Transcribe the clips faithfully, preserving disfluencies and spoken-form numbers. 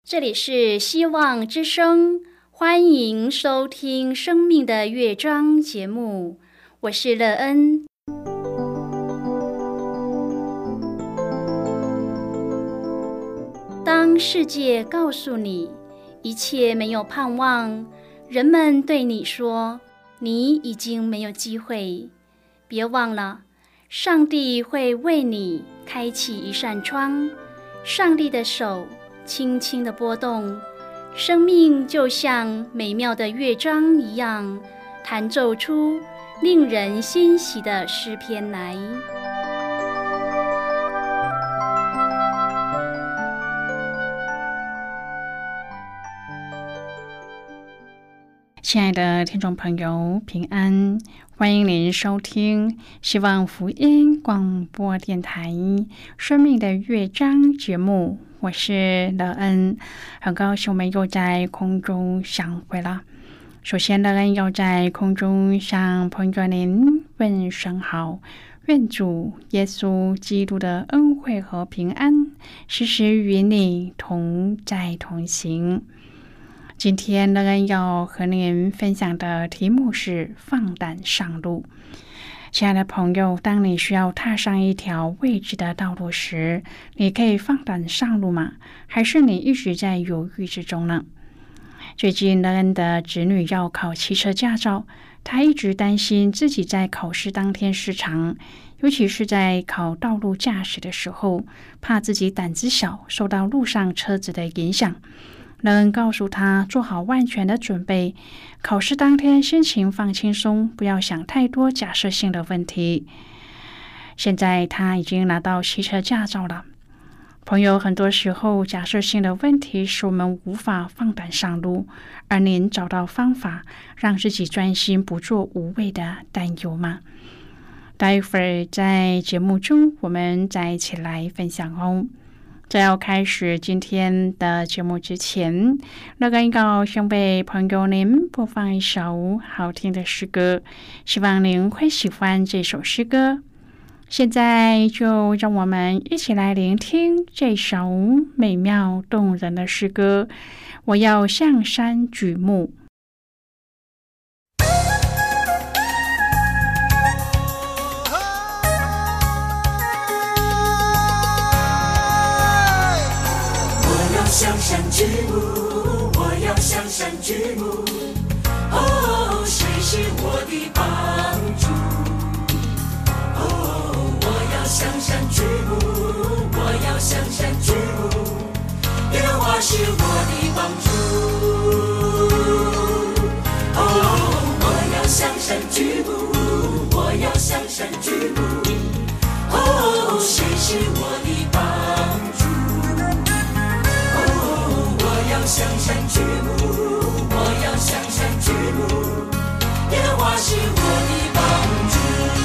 这里是希望之声，欢迎收听生命的乐章节目，我是乐恩。当世界告诉你一切没有盼望，人们对你说你已经没有机会，别忘了上帝会为你开启一扇窗，上帝的手轻轻地拨动，生命就像美妙的乐章一样，弹奏出令人欣喜的诗篇来。 亲爱的听众朋友，平安，欢迎您收听希望福音广播电台生命的乐章节目，我是乐恩，很高兴我们又在空中相会了。首先，乐恩要在空中向朋友您问声好，愿主耶稣基督的恩惠和平安时时与你同在同行。今天乐恩要和您分享的题目是放胆上路。亲爱的朋友，当你需要踏上一条未知的道路时，你可以放胆上路吗？还是你一直在犹豫之中呢？最近乐恩的侄女要考汽车驾照，她一直担心自己在考试当天失常，尤其是在考道路驾驶的时候，怕自己胆子小，受到路上车子的影响。乐恩告诉他做好万全的准备，考试当天心情放轻松，不要想太多假设性的问题。现在他已经拿到汽车驾照了。朋友，很多时候假设性的问题使我们无法放胆上路，而您找到方法让自己专心，不做无谓的担忧吗？待会儿在节目中我们再一起来分享哦。在要开始今天的节目之前，乐恩要先为朋友您播放一首好听的诗歌，希望您会喜欢这首诗歌。现在就让我们一起来聆听这首美妙动人的诗歌，我要向山举目。 向山举目，我要向山举目，哦，谁是我的帮助？哦，我要向山举目，我要向山举目，耶和华是我的帮助。哦，我要向山举目，我要向山举目，哦，谁是我的帮助？向山举目，我要向山举目，耶和华是我的帮助。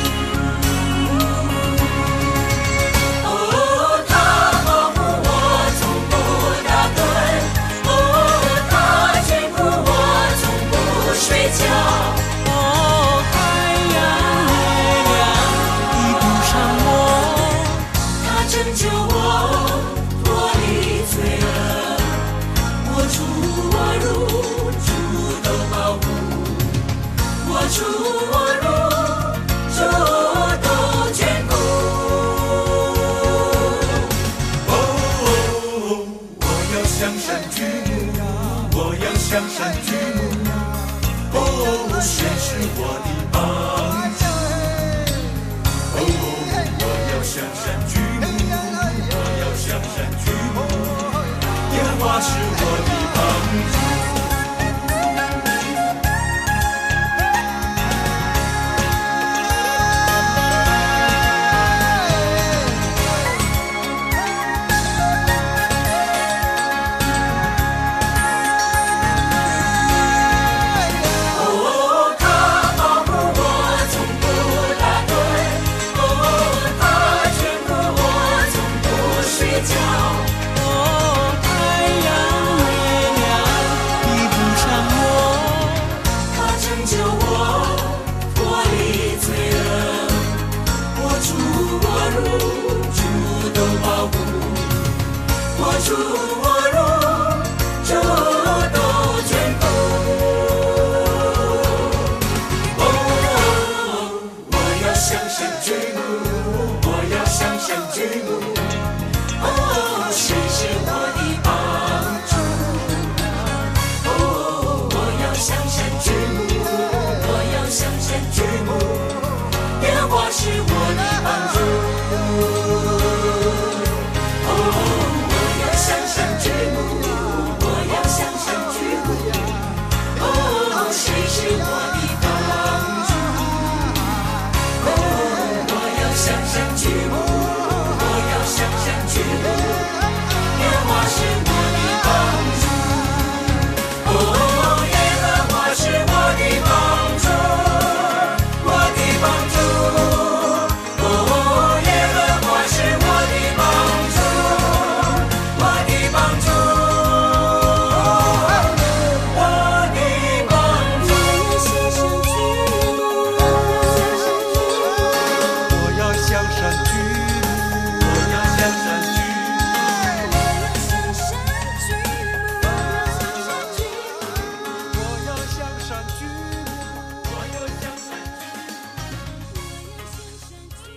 哦，他保护我从不打盹，哦，他眷顾我从不睡觉。哦，太阳月亮已补上我，他拯救我脱离罪恶。我出我入，主都保护；我出我入，主都眷顾。哦，我要向山举目，我要向山举目。哦，谁是我的帮助？哦，我要向山举目，我要向山举目。耶和华是我的帮助。哦，他保护我从不打盹，哦，他眷顾我从不睡觉。哦，太阳月亮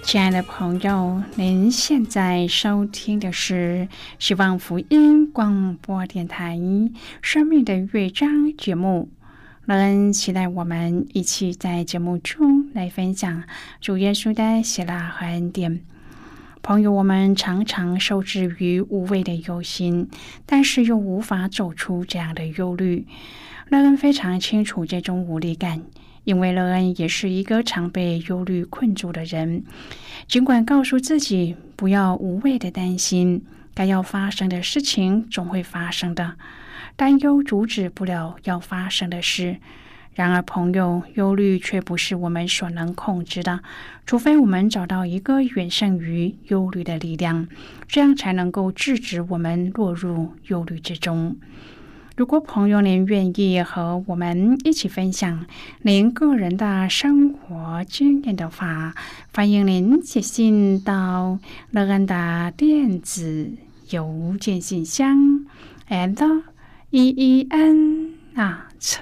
亲爱的朋友，您现在收听的是希望福音广播电台生命的乐章节目。乐恩期待我们一起在节目中来分享主耶稣的喜乐和恩典。朋友，我们常常受制于无谓的忧心，但是又无法走出这样的忧虑。乐恩非常清楚这种无力感，因为乐恩也是一个常被忧虑困住的人。尽管告诉自己不要无谓的担心，该要发生的事情总会发生的，担忧阻止不了要发生的事。然而朋友，忧虑却不是我们所能控制的，除非我们找到一个远胜于忧虑的力量，这样才能够制止我们落入忧虑之中。如果朋友您愿意和我们一起分享您个人的生活经验的话，欢迎您写信到乐恩的电子邮件信箱 at e e n at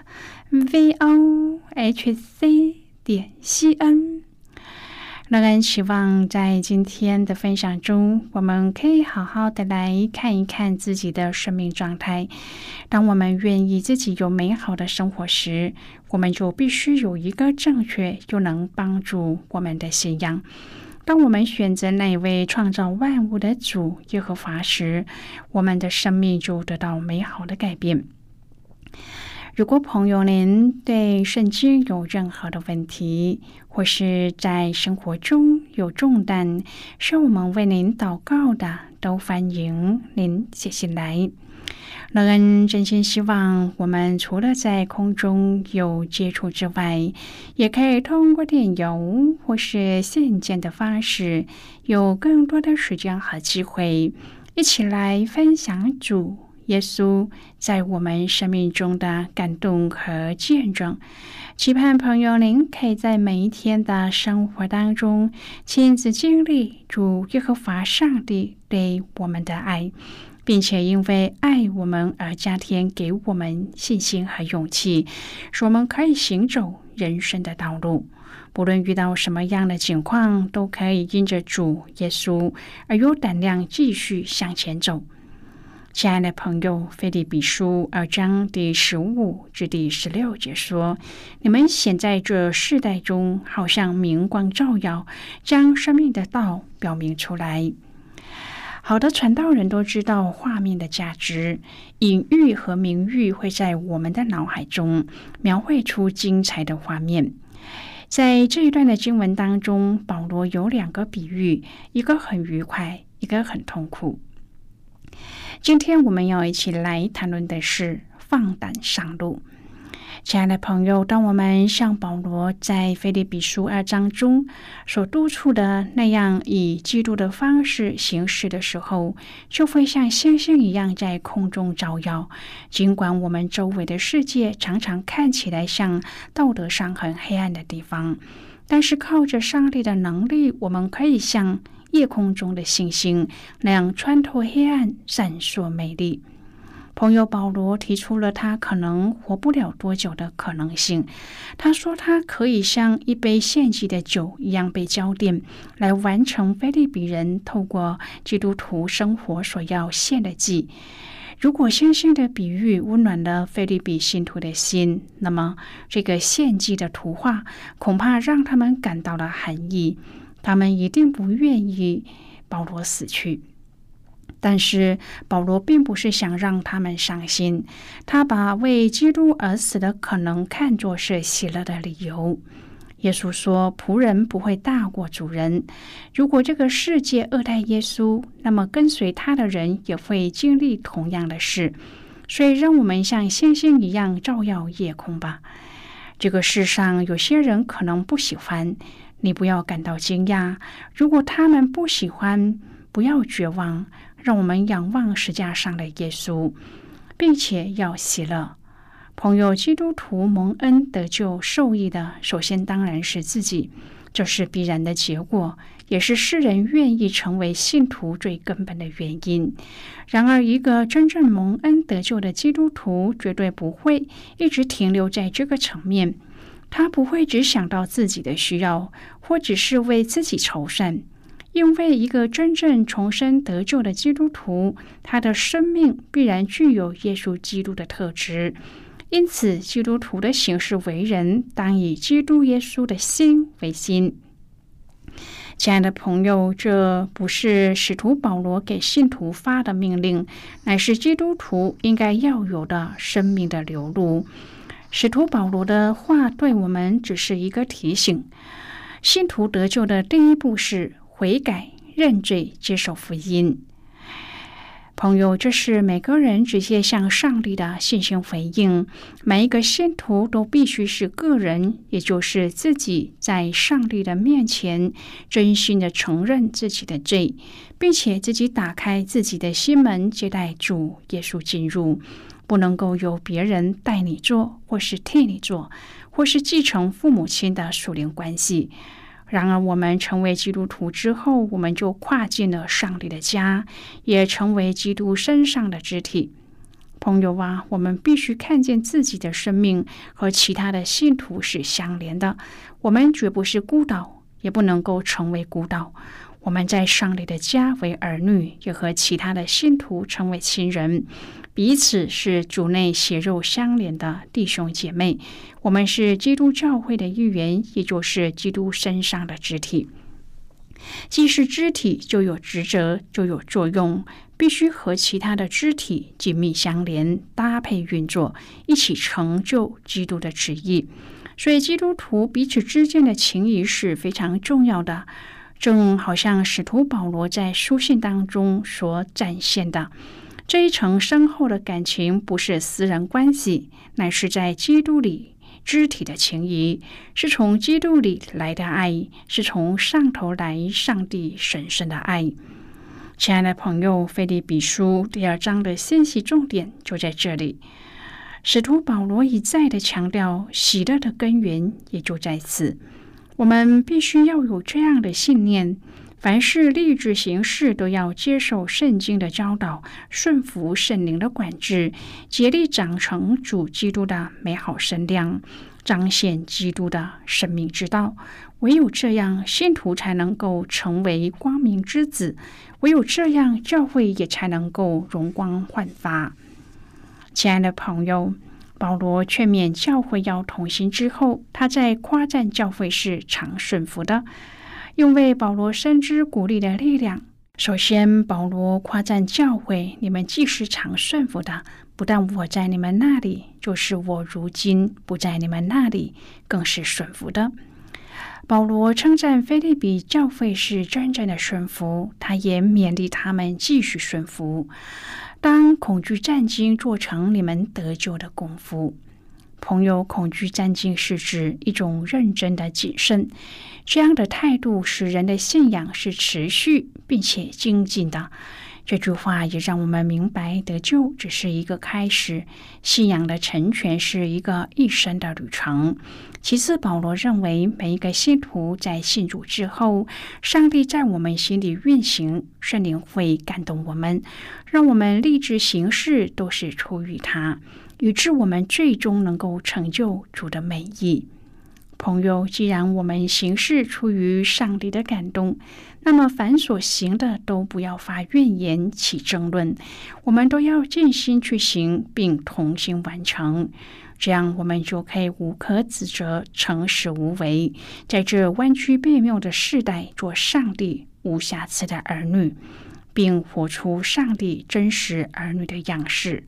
v o h c 点 c n。乐恩希望在今天的分享中，我们可以好好的来看一看自己的生命状态。当我们愿意自己有美好的生活时，我们就必须有一个正确又能帮助我们的信仰。当我们选择那位创造万物的主耶和华时，我们的生命就得到美好的改变。如果朋友您对圣经有任何的问题，或是在生活中有重担，需要我们为您祷告的，都欢迎您写信来。乐恩真心希望我们除了在空中有接触之外，也可以通过电邮或是信件的方式，有更多的时间和机会，一起来分享主耶稣在我们生命中的感动和见证。期盼朋友您可以在每一天的生活当中亲自经历主耶和华上帝对我们的爱，并且因为爱我们而加添给我们信心和勇气，使我们可以行走人生的道路。不论遇到什么样的情况，都可以因着主耶稣而有胆量继续向前走。亲爱的朋友，腓立比书二章第十五至第十六节说：你们显在这世代中，好像明光照耀，将生命的道表明出来。好的传道人都知道画面的价值，隐喻和明喻会在我们的脑海中描绘出精彩的画面。在这一段的经文当中，保罗有两个比喻，一个很愉快，一个很痛苦。今天我们要一起来谈论的是放胆上路。亲爱的朋友，当我们像保罗在腓立比书二章中所督促的那样以基督的方式行事的时候，就会像星星一样在空中照耀。尽管我们周围的世界常常看起来像道德上很黑暗的地方，但是靠着上帝的能力，我们可以像夜空中的星星那样穿透黑暗，闪烁美丽。朋友保罗提出了他可能活不了多久的可能性。他说他可以像一杯献祭的酒一样被浇奠，来完成腓立比人透过基督徒生活所要献的祭。如果星星的比喻温暖了腓立比信徒的心，那么这个献祭的图画恐怕让他们感到了寒意，他们一定不愿意保罗死去。但是保罗并不是想让他们伤心，他把为基督而死的可能看作是喜乐的理由。耶稣说，仆人不会大过主人。如果这个世界恶待耶稣，那么跟随他的人也会经历同样的事。所以让我们像星星一样照耀夜空吧。这个世上有些人可能不喜欢，你不要感到惊讶。如果他们不喜欢，不要绝望，让我们仰望十字架上的耶稣，并且要喜乐。朋友，基督徒蒙恩得救受益的，首先当然是自己，这是必然的结果，也是世人愿意成为信徒最根本的原因。然而，一个真正蒙恩得救的基督徒绝对不会一直停留在这个层面。 他不会只想到自己的需要，或只是为自己筹算。因为一个真正重生得救的基督徒，他的生命必然具有耶稣基督的特质。因此，基督徒的行事为人，当以基督耶稣的心为心。亲爱的朋友，这不是使徒保罗给信徒发的命令，乃是基督徒应该要有的生命的流露。使徒保罗的话对我们只是一个提醒。信徒得救的第一步是悔改、认罪、接受福音。朋友，这是每个人直接向上帝的信心回应。每一个信徒都必须是个人，也就是自己在上帝的面前真心的承认自己的罪，并且自己打开自己的心门，接待主耶稣进入。不能够由别人带你做，或是替你做，或是继承父母亲的属灵关系。然而，我们成为基督徒之后，我们就跨进了上帝的家，也成为基督身上的肢体。朋友啊，我们必须看见自己的生命和其他的信徒是相连的。我们绝不是孤岛，也不能够成为孤岛。我们在上帝的家为儿女，也和其他的信徒成为亲人，彼此是主内血肉相连的弟兄姐妹。我们是基督教会的一员，也就是基督身上的肢体。既是肢体，就有职责，就有作用，必须和其他的肢体紧密相连，搭配运作，一起成就基督的旨意。所以基督徒彼此之间的情谊是非常重要的，正好像使徒保罗在书信当中所展现的。这一层深厚的感情不是私人关系，乃是在基督里肢体的情谊，是从基督里来的爱，是从上头来上帝神圣的爱。亲爱的朋友，腓立比书第二章的信息重点就在这里。使徒保罗一再的强调，喜乐的根源也就在此。我们必须要有这样的信念，凡是立志行事，都要接受圣经的教导，顺服圣灵的管制，竭力长成主基督的美好身量，彰显基督的生命之道。唯有这样，信徒才能够成为光明之子；唯有这样，教会也才能够容光焕发。亲爱的朋友，保罗劝勉教会要同心之后，他在夸赞教会是常顺服的，因为保罗深知鼓励的力量。首先，保罗夸赞教会，你们既是常顺服的，不但我在你们那里，就是我如今不在你们那里，更是顺服的。保罗称赞腓立比教会是真正的顺服，他也勉励他们继续顺服。当恐惧战兢做成你们得救的功夫。朋友，恐惧战兢是指一种认真的谨慎，这样的态度使人的信仰是持续并且精进的。这句话也让我们明白，得救只是一个开始，信仰的成全是一个一生的旅程。其次，保罗认为每一个信徒在信主之后，上帝在我们心里运行，圣灵会感动我们，让我们立志行事都是出于他，以致我们最终能够成就主的美意。朋友，既然我们行事出于上帝的感动，那么凡所行的都不要发怨言起争论，我们都要尽心去行，并同心完成，这样我们就可以无可指责，诚实无为，在这弯曲悖谬的世代做上帝无瑕疵的儿女，并活出上帝真实儿女的样式。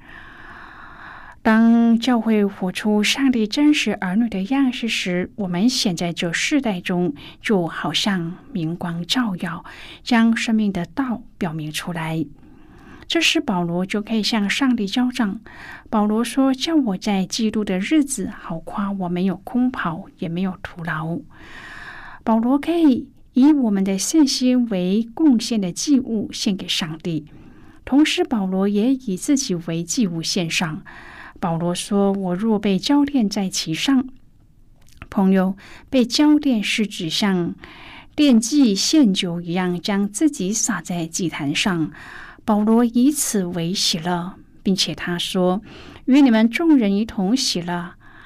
当教会活出上帝真实儿女的样式时，我们显在这世代中就好像明光照耀，将生命的道表明出来。这时保罗就可以向上帝交账。保罗说，叫我在基督的日子好夸我没有空跑，也没有徒劳。保罗可以以我们的信心为贡献的祭物献给上帝，同时保罗也以自己为祭物献上。保罗说，我若被浇奠在其上。朋友，被浇奠是指像奠祭献酒一样，将自己洒在祭坛上。保罗以此为喜乐，并且他说，与你们众人一同喜乐。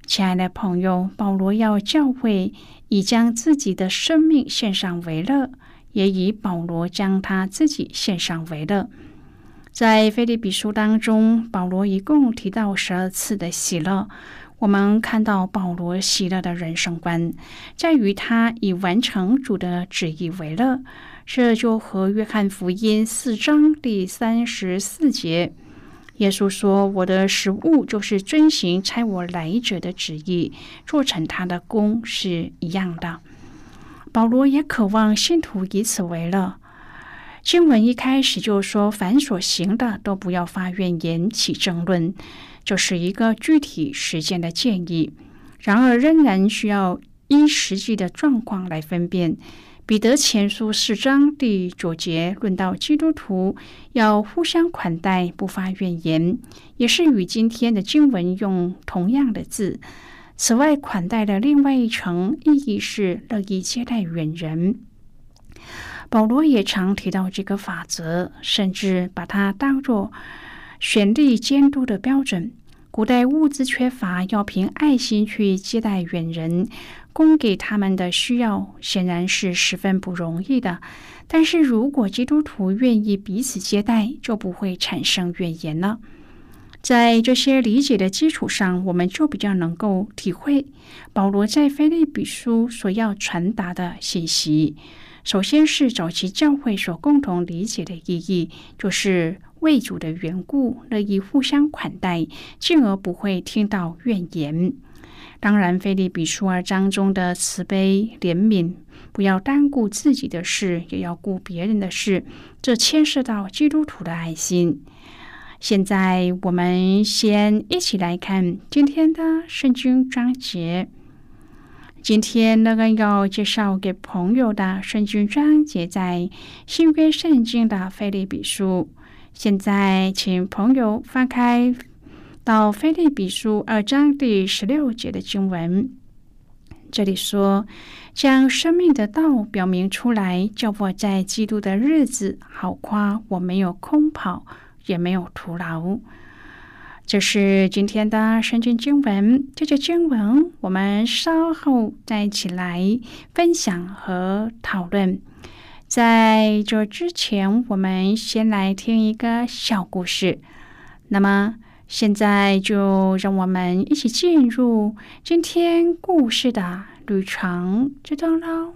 亲爱的朋友，保罗要教会以将自己的生命献上为乐，也以保罗将他自己献上为乐。在腓立比书当中，保罗一共提到十二次的喜乐。我们看到保罗喜乐的人生观，在于他以完成主的旨意为乐。这就和约翰福音四章第三十四节耶稣说，我的食物就是遵行差我来者的旨意，做成他的功是一样的。保罗也渴望信徒以此为乐。经文一开始就说，凡所行的都不要发怨言起争论，这是一个具体实践的建议，然而仍然需要依实际的状况来分辨。彼得前书四章第九节论到基督徒要互相款待，不发怨言，也是与今天的经文用同样的字。此外，款待的另外一层意义是乐意接待远人。保罗也常提到这个法则，甚至把它当作选立监督的标准。古代物资缺乏，要凭爱心去接待远人，供给他们的需要，显然是十分不容易的。但是如果基督徒愿意彼此接待，就不会产生怨言了。在这些理解的基础上，我们就比较能够体会保罗在腓立比书所要传达的信息。首先是早期教会所共同理解的意义，就是为主的缘故，乐意互相款待，进而不会听到怨言。当然，腓立比书二章中的慈悲怜悯，不要单顾自己的事，也要顾别人的事，这牵涉到基督徒的爱心。现在我们先一起来看今天的圣经章节。今天那个要介绍给朋友的圣经章节在新约圣经的腓立比书。现在请朋友翻开到腓立比书二章第十六节的经文。这里说，将生命的道表明出来，叫我在基督的日子好夸我没有空跑，也没有徒劳。这是今天的圣经经文。这节经文我们稍后再一起来分享和讨论。在这之前，我们先来听一个小故事。那么现在就让我们一起进入今天故事的旅程之中喽。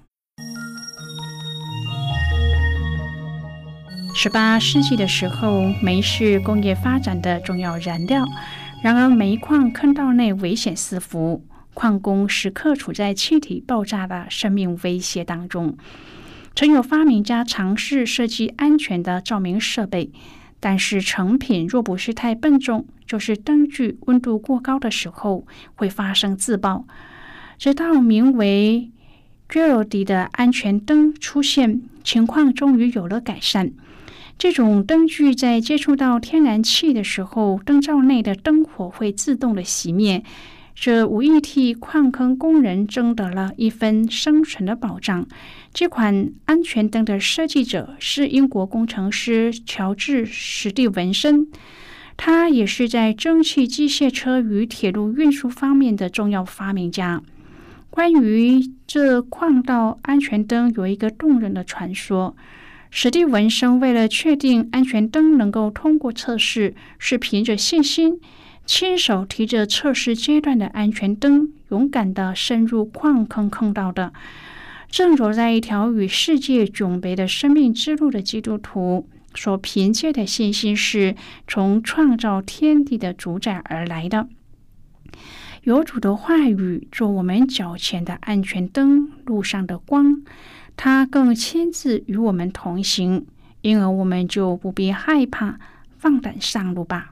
十八世纪的时候，煤是工业发展的重要燃料。然而，煤矿坑道内危险四伏，矿工时刻处在气体爆炸的生命威胁当中。曾有发明家尝试设计安全的照明设备，但是成品若不是太笨重，就是灯具温度过高的时候会发生自爆。直到名为 Geraldi 的安全灯出现，情况终于有了改善。这种灯具在接触到天然气的时候，灯罩内的灯火会自动的熄灭，这无疑替矿坑工人争得了一分生存的保障。这款安全灯的设计者是英国工程师乔治·史蒂文森，他也是在蒸汽机械车与铁路运输方面的重要发明家。关于这矿道安全灯有一个动人的传说。史蒂文森为了确定安全灯能够通过测试，是凭着信心，亲手提着测试阶段的安全灯，勇敢地深入矿坑坑道的。正走在一条与世界迥别的生命之路的基督徒，所凭借的信心是从创造天地的主宰而来的。有主的话语做我们脚前的安全灯，路上的光。他更亲自与我们同行，因而我们就不必害怕，放胆上路吧。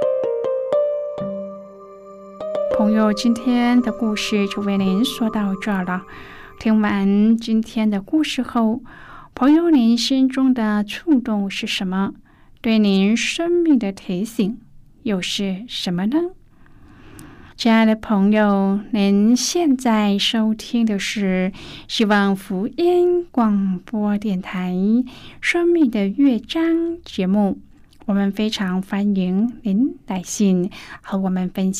朋友，今天的故事就为您说到这儿了。听完今天的故事后，朋友您心中的触动是什么？对您生命的提醒又是什么呢？亲爱的朋友，您现在收听的是希望福音广播电台生命的乐章节目。我们非常欢迎您来信和我们分享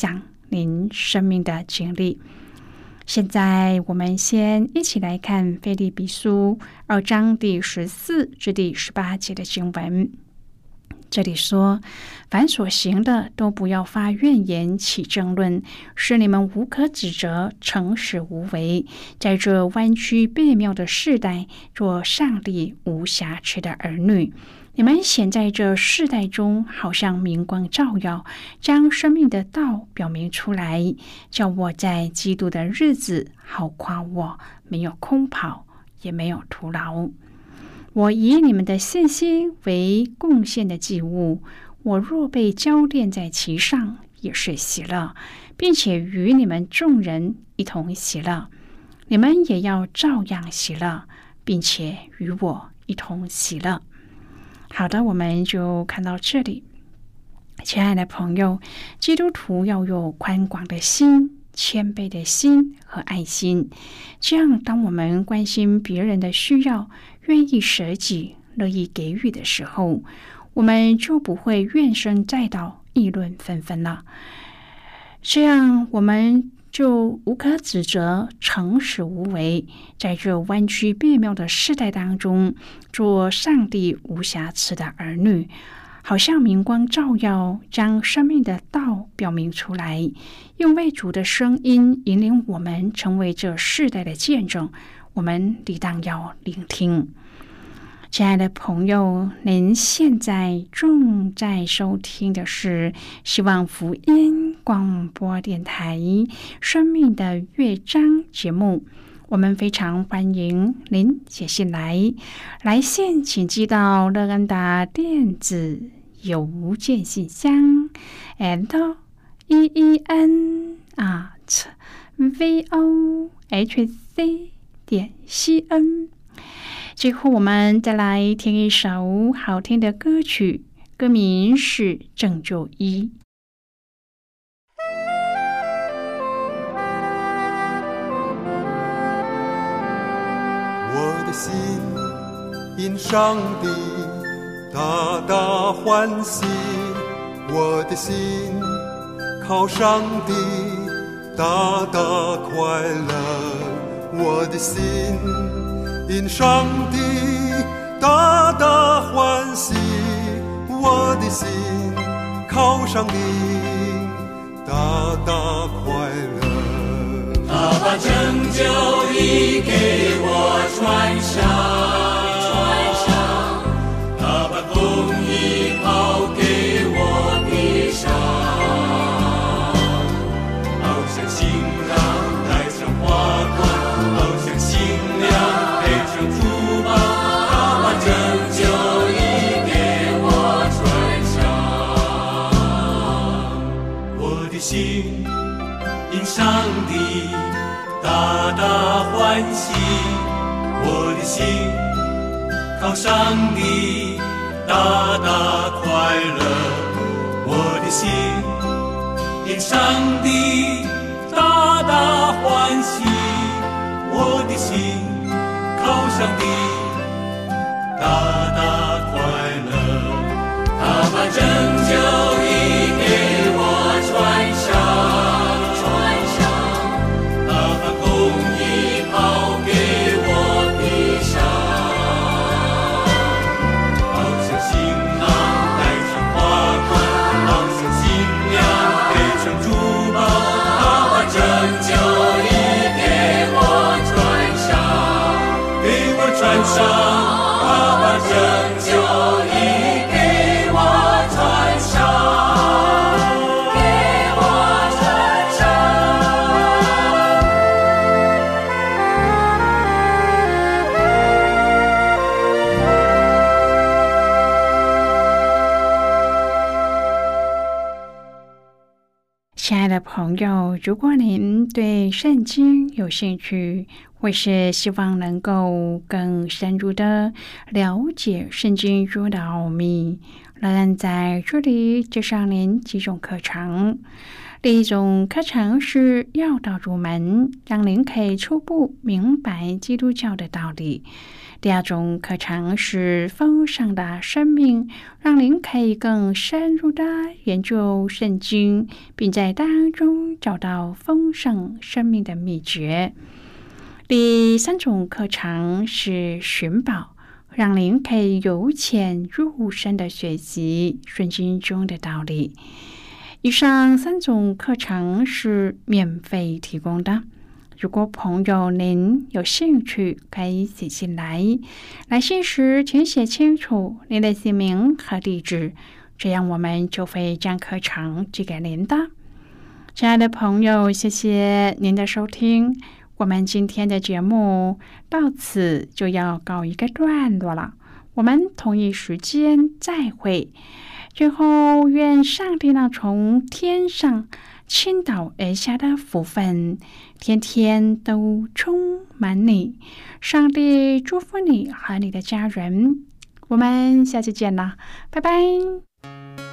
您生命的经历。现在我们先一起来看腓立比书二章第十四至第十八节的经文。这里说，凡所行的都不要发怨言起争论，使你们无可指责，诚实无为，在这弯曲悖谬的世代做上帝无瑕疵的儿女。你们显在这世代中，好像明光照耀，将生命的道表明出来，叫我在基督的日子好夸我，没有空跑，也没有徒劳。我以你们的信心为贡献的祭物，我若被浇奠在其上，也是喜乐，并且与你们众人一同喜乐。你们也要照样喜乐，并且与我一同喜乐。好的，我们就看到这里。亲爱的朋友，基督徒要有宽广的心、谦卑的心和爱心，这样当我们关心别人的需要，愿意舍己、乐意给予的时候，我们就不会怨声载道、议论纷纷了。这样我们就无可指责，诚实无为，在这弯曲悖谬的世代当中，做上帝无瑕疵的儿女，好像明光照耀，将生命的道表明出来，用为主的声音引领我们成为这世代的见证，我们理当要聆听。亲爱的朋友，您现在正在收听的是希望福音广播电台生命的乐章节目。我们非常欢迎您写信来，来信请寄到乐恩的电子邮件信箱 and e e n at v o h c 点 c n。最后我们再来听一首好听的歌曲，歌名是《拯救一》。 我的心因上帝大大欢喜，我的心靠上帝大大快乐，我的心因上帝大大欢喜，我的心靠上帝大大快乐。 他把拯救义给我穿上，穿上；他把公义袍给我披上，好像新郎戴上花冠，好像新娘珠宝，他把拯救义给我穿上。我的心因上帝大大欢喜，我的心靠上帝大大快乐，我的心因上帝大大欢喜，我的心靠上帝大大快乐，他把拯救义给我穿上，穿上；他把公义袍给我披上，好像新郎戴上花冠，好像新娘配上珠宝，他把拯救义给我穿上，穿上，他把拯救义给我穿上，给我穿上。 亲爱的朋友，如果您对圣经有兴趣，或是希望能够更深入的了解圣经中的奥秘， 乐恩在这里介绍您几种课程。第一种课程是要道入门，让您可以初步明白基督教的道理。第二种课程是丰盛的生命，让您可以更深入的研究圣经，并在当中找到丰盛生命的秘诀。第三种课程是寻宝，让您可以由浅入深的学习圣经中的道理。以上三种课程是免费提供的。如果朋友您有兴趣，可以写信来。来信时请写清楚您的姓名和地址，这样我们就会将课程寄给您的。亲爱的朋友，谢谢您的收听。我们今天的节目到此就要告一个段落了，我们同一时间再会。最后，愿上帝那从天上倾倒而下的福分，天天都充满你。上帝祝福你和你的家人。我们下期见了，拜拜。